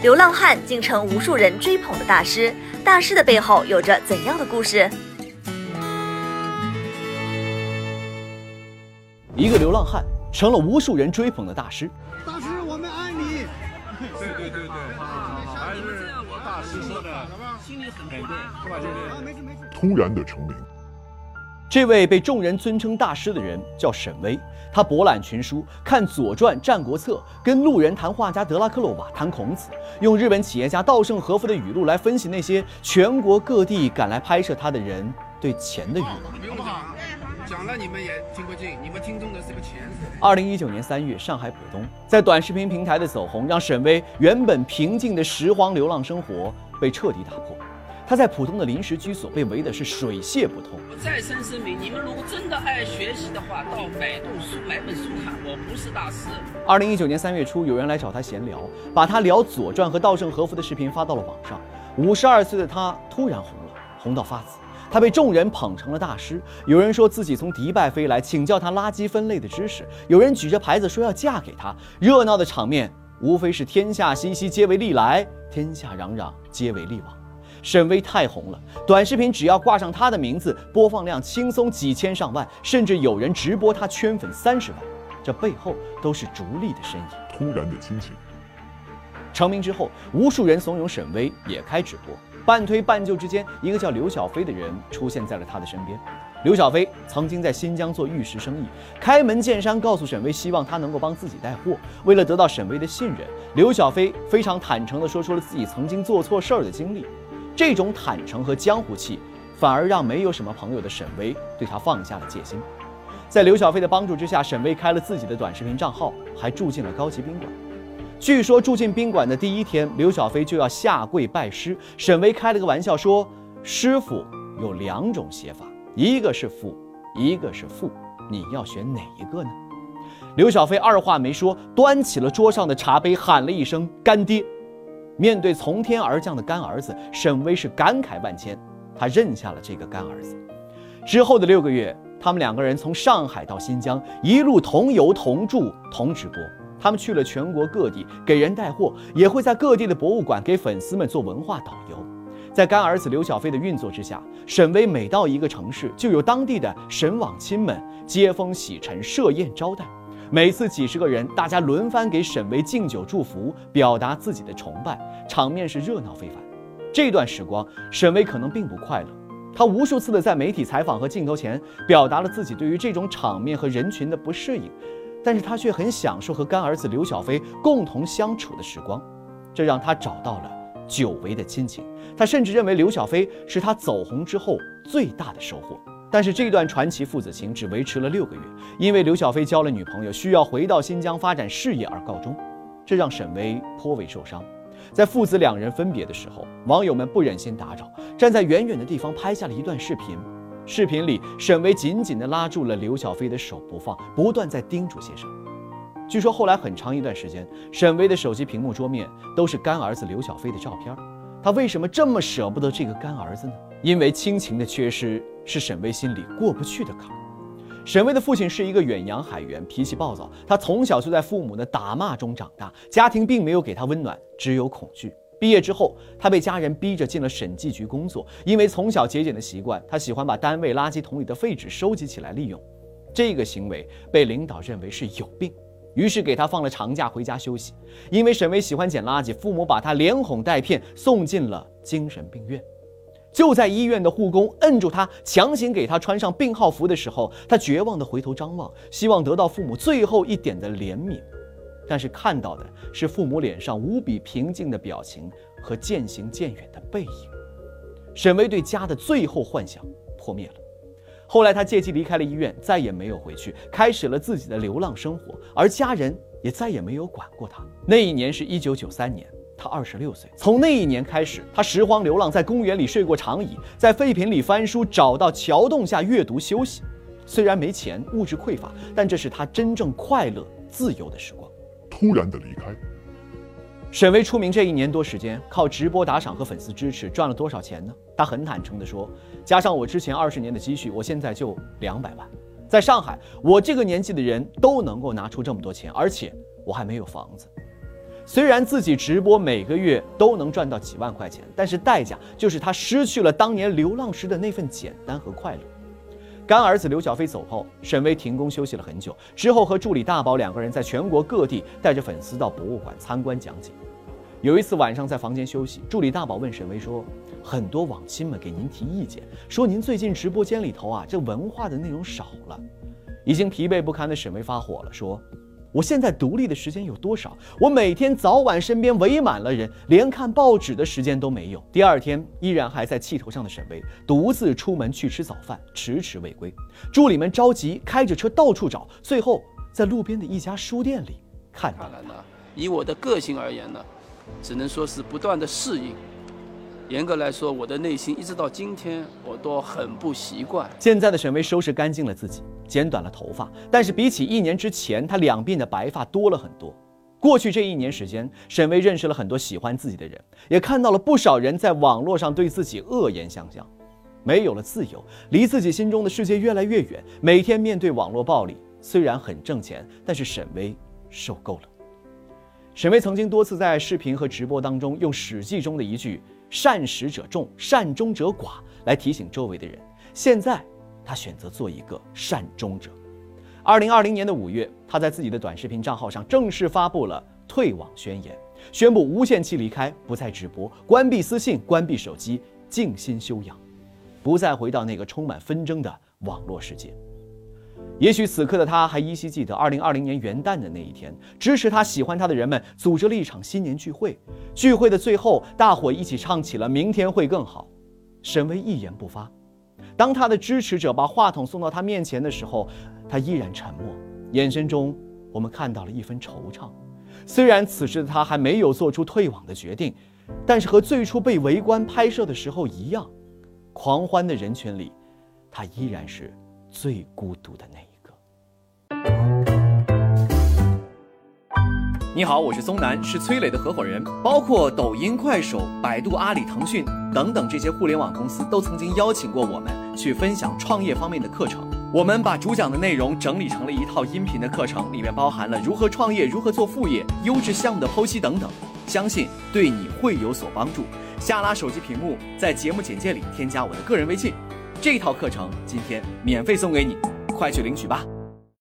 流浪汉竟成无数人追捧的大师，大师的背后有着怎样的故事？ 一个流浪汉成了无数人追捧的大师。 大师，我们爱你。 对，还是大师说的，心里很对，是吧？ 没事。 突然的成名。 这位被众人尊称大师的人叫沈巍，他博览群书，看《左传》《战国策》，跟路人谈画家德拉克洛瓦谈孔子，用日本企业家稻盛和夫的语录来分析那些全国各地赶来拍摄他的人对钱的欲望。 不用怕，讲了你们也听不进，你们听中的是个钱。 2019年3月，上海浦东，在短视频平台的走红，让沈巍原本平静的拾荒流浪生活被彻底打破。他在浦东的临时居所被围的是水泄不通。 我再三声明，你们如果真的爱学习的话，到百度书买本书看，我不是大师。 2019年3月初，有人来找他闲聊，把他聊《左传》和稻盛和夫的视频发到了网上。52岁的他突然红了，红到发紫。他被众人捧成了大师，有人说自己从迪拜飞来请教他垃圾分类的知识，有人举着牌子说要嫁给他。热闹的场面无非是天下熙熙皆为利来，天下攘攘皆为利往。沈巍太红了，短视频只要挂上他的名字，播放量轻松几千上万，甚至有人直播他圈粉30万，这背后都是逐利的身影。 突然的亲情。 成名之后，无数人怂恿沈巍也开直播，半推半就之间，一个叫刘小飞的人出现在了他的身边。刘小飞曾经在新疆做玉石生意，开门见山告诉沈巍，希望他能够帮自己带货。为了得到沈巍的信任，刘小飞非常坦诚地说出了自己曾经做错事儿的经历。这种坦诚和江湖气，反而让没有什么朋友的沈巍对他放下了戒心。在刘小飞的帮助之下，沈巍开了自己的短视频账号，还住进了高级宾馆。据说住进宾馆的第1天，刘小飞就要下跪拜师。沈巍开了个玩笑说，师傅有2种写法，一个是父，一个是父，你要选哪一个呢？刘小飞二话没说，端起了桌上的茶杯，喊了一声干爹。面对从天而降的干儿子，沈巍是感慨万千，他认下了这个干儿子。之后的6个月，他们2个人从上海到新疆，一路同游同住同直播。他们去了全国各地给人带货，也会在各地的博物馆给粉丝们做文化导游。在干儿子刘小飞的运作之下，沈巍每到一个城市，就有当地的沈网亲们接风洗尘设宴招待。每次几十个人，大家轮番给沈巍敬酒祝福，表达自己的崇拜，场面是热闹非凡。这段时光，沈巍可能并不快乐，他无数次的在媒体采访和镜头前表达了自己对于这种场面和人群的不适应，但是他却很享受和干儿子刘小飞共同相处的时光，这让他找到了久违的亲情。他甚至认为刘小飞是他走红之后最大的收获。但是这段传奇父子情只维持了6个月，因为刘小飞交了女朋友，需要回到新疆发展事业而告终，这让沈巍颇为受伤。在父子2人分别的时候，网友们不忍心打扰，站在远远的地方拍下了一段视频。视频里，沈巍紧紧地拉住了刘小飞的手不放，不断在叮嘱些什么。据说后来很长一段时间，沈巍的手机屏幕桌面都是干儿子刘小飞的照片。他为什么这么舍不得这个干儿子呢？因为亲情的缺失是沈巍心里过不去的坎。沈巍的父亲是一个远洋海员，脾气暴躁，他从小就在父母的打骂中长大，家庭并没有给他温暖，只有恐惧。毕业之后，他被家人逼着进了审计局工作，因为从小节俭的习惯，他喜欢把单位垃圾桶里的废纸收集起来利用。这个行为被领导认为是有病，于是给他放了长假回家休息。因为沈巍喜欢捡垃圾，父母把他连哄带骗送进了精神病院。就在医院的护工摁住他，强行给他穿上病号服的时候，他绝望地回头张望，希望得到父母最后一点的怜悯。但是看到的是父母脸上无比平静的表情和渐行渐远的背影。沈巍对家的最后幻想破灭了。后来他借机离开了医院，再也没有回去，开始了自己的流浪生活，而家人也再也没有管过他。那一年是1993年，他26岁。从那一年开始，他拾荒流浪，在公园里睡过长椅，在废品里翻书，找到桥洞下阅读休息。虽然没钱，物质匮乏，但这是他真正快乐自由的时光。 突然的离开。 沈巍出名这1年多时间，靠直播打赏和粉丝支持赚了多少钱呢？他很坦诚地说，加上我之前20年的积蓄，我现在就200万。在上海，我这个年纪的人都能够拿出这么多钱，而且我还没有房子。 虽然自己直播每个月都能赚到几万块钱，但是代价就是他失去了当年流浪时的那份简单和快乐。干儿子刘小飞走后，沈巍停工休息了很久，之后和助理大宝两个人在全国各地带着粉丝到博物馆参观讲解。有一次晚上在房间休息，助理大宝问沈巍说：“很多网亲们给您提意见，说您最近直播间里头这文化的内容少了。”已经疲惫不堪的沈巍发火了，说：“我现在独立的时间有多少？我每天早晚身边围满了人，连看报纸的时间都没有。”第二天依然还在气头上的沈巍独自出门去吃早饭，迟迟未归。助理们着急，开着车到处找，最后在路边的一家书店里看到了他。 以我的个性而言呢，只能说是不断的适应。严格来说，我的内心一直到今天我都很不习惯。 现在的沈巍收拾干净了自己，剪短了头发，但是比起1年之前，他两鬓的白发多了很多。过去这1年时间，沈巍认识了很多喜欢自己的人，也看到了不少人在网络上对自己恶言相向。没有了自由，离自己心中的世界越来越远，每天面对网络暴力，虽然很挣钱，但是沈巍受够了。沈巍曾经多次在视频和直播当中用《史记》中的一句“善始者众，善终者寡”来提醒周围的人。现在他选择做一个善终者。2020年的5月，他在自己的短视频账号上正式发布了退网宣言，宣布无限期离开，不再直播，关闭私信，关闭手机，静心修养，不再回到那个充满纷争的网络世界。也许此刻的他还依稀记得2020年元旦的那一天，支持他、喜欢他的人们组织了一场新年聚会。聚会的最后，大伙一起唱起了《明天会更好》。沈巍一言不发。当他的支持者把话筒送到他面前的时候，他依然沉默，眼神中我们看到了一分惆怅。虽然此时的他还没有做出退网的决定，但是和最初被围观拍摄的时候一样，狂欢的人群里，他依然是最孤独的那一个。你好，我是宗南，是崔磊的合伙人。包括抖音、快手、百度、阿里、腾讯等等这些互联网公司都曾经邀请过我们去分享创业方面的课程。我们把主讲的内容整理成了一套音频的课程，里面包含了如何创业、如何做副业、优质项目的剖析等等，相信对你会有所帮助。下拉手机屏幕，在节目简介里添加我的个人微信，这套课程今天免费送给你，快去领取吧。